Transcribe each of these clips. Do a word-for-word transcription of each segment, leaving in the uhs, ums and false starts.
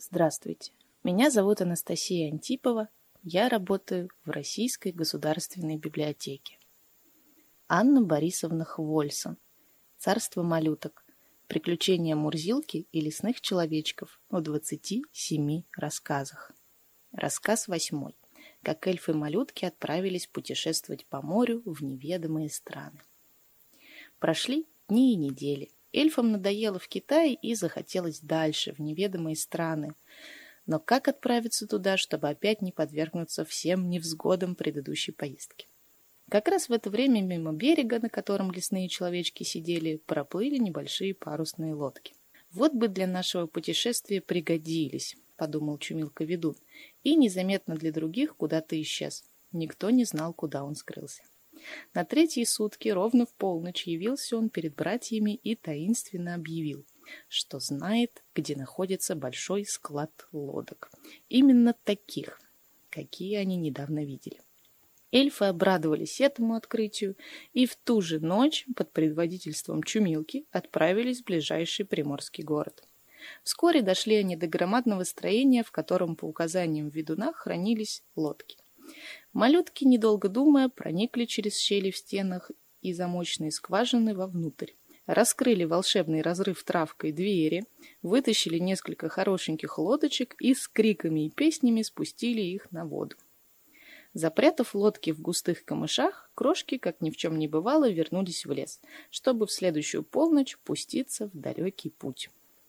Здравствуйте, меня зовут Анастасия Антипова, я работаю в Российской государственной библиотеке. Анна Борисовна Хвольсон. Царство малюток. Приключения Мурзилки и лесных человечков в двадцати семи рассказах. Рассказ восьмой. Как эльфы-малютки отправились путешествовать по морю в неведомые страны. Прошли дни и недели. Эльфам надоело в Китае и захотелось дальше, в неведомые страны. Но как отправиться туда, чтобы опять не подвергнуться всем невзгодам предыдущей поездки? Как раз в это время мимо берега, на котором лесные человечки сидели, проплыли небольшие парусные лодки. «Вот бы для нашего путешествия пригодились», — подумал Чумилка-ведун, и незаметно для других куда-то исчез. Никто не знал, куда он скрылся. На третьи сутки, ровно в полночь, явился он перед братьями и таинственно объявил, что знает, где находится большой склад лодок. Именно таких, какие они недавно видели. Эльфы обрадовались этому открытию и в ту же ночь под предводительством Чумилки отправились в ближайший приморский город. Вскоре дошли они до громадного строения, в котором по указаниям ведуна хранились лодки. Малютки, недолго думая, проникли через щели в стенах и замочные скважины вовнутрь. Раскрыли волшебный разрыв травкой двери, вытащили несколько хорошеньких лодочек и с криками и песнями спустили их на воду. Запрятав лодки в густых камышах, крошки, как ни в чем не бывало, вернулись в лес, чтобы в следующую полночь пуститься в далекий путь.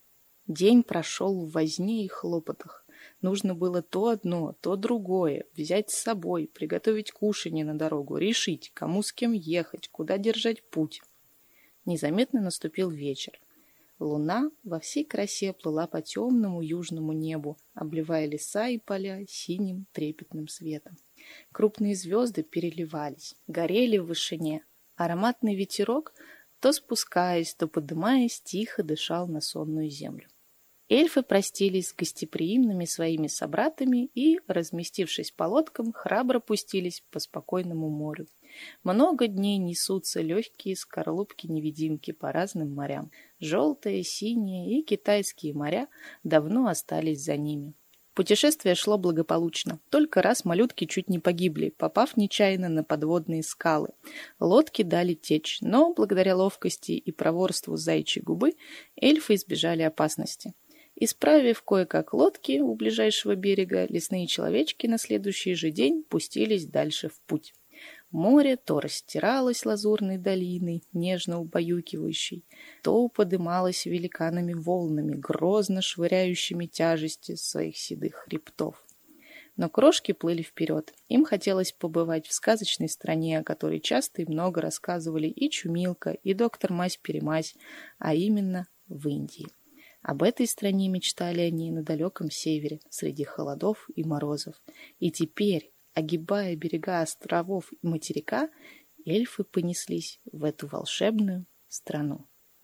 День прошел в возне и хлопотах. Нужно было то одно, то другое, взять с собой, приготовить кушанье на дорогу, решить, кому с кем ехать, куда держать путь. Незаметно наступил вечер. Луна во всей красе плыла по темному южному небу, обливая леса и поля синим трепетным светом. Крупные звезды переливались, горели в вышине. Ароматный ветерок, то спускаясь, то подымаясь, тихо дышал на сонную землю. Эльфы простились с гостеприимными своими собратами и, разместившись по лодкам, храбро пустились по спокойному морю. Много дней несутся легкие скорлупки-невидимки по разным морям. Желтые, синие и китайские моря давно остались за ними. Путешествие шло благополучно. Только раз малютки чуть не погибли, попав нечаянно на подводные скалы. Лодки дали течь, но благодаря ловкости и проворству заячьей губы эльфы избежали опасности. Исправив кое-как лодки у ближайшего берега, лесные человечки на следующий же день пустились дальше в путь. Море то растиралось лазурной долиной, нежно убаюкивающей, то подымалось великанами волнами, грозно швыряющими тяжести своих седых хребтов. Но крошки плыли вперед. Им хотелось побывать в сказочной стране, о которой часто и много рассказывали и Чумилка, и доктор Мась-Перемась, а именно в Индии. Об этой стране мечтали они на далеком севере, среди холодов и морозов. И теперь, огибая берега островов и материка, эльфы понеслись в эту волшебную страну.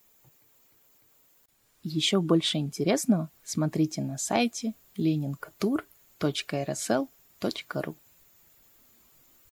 Еще больше интересного смотрите на сайте ленинкатур точка эр эс эл точка ру.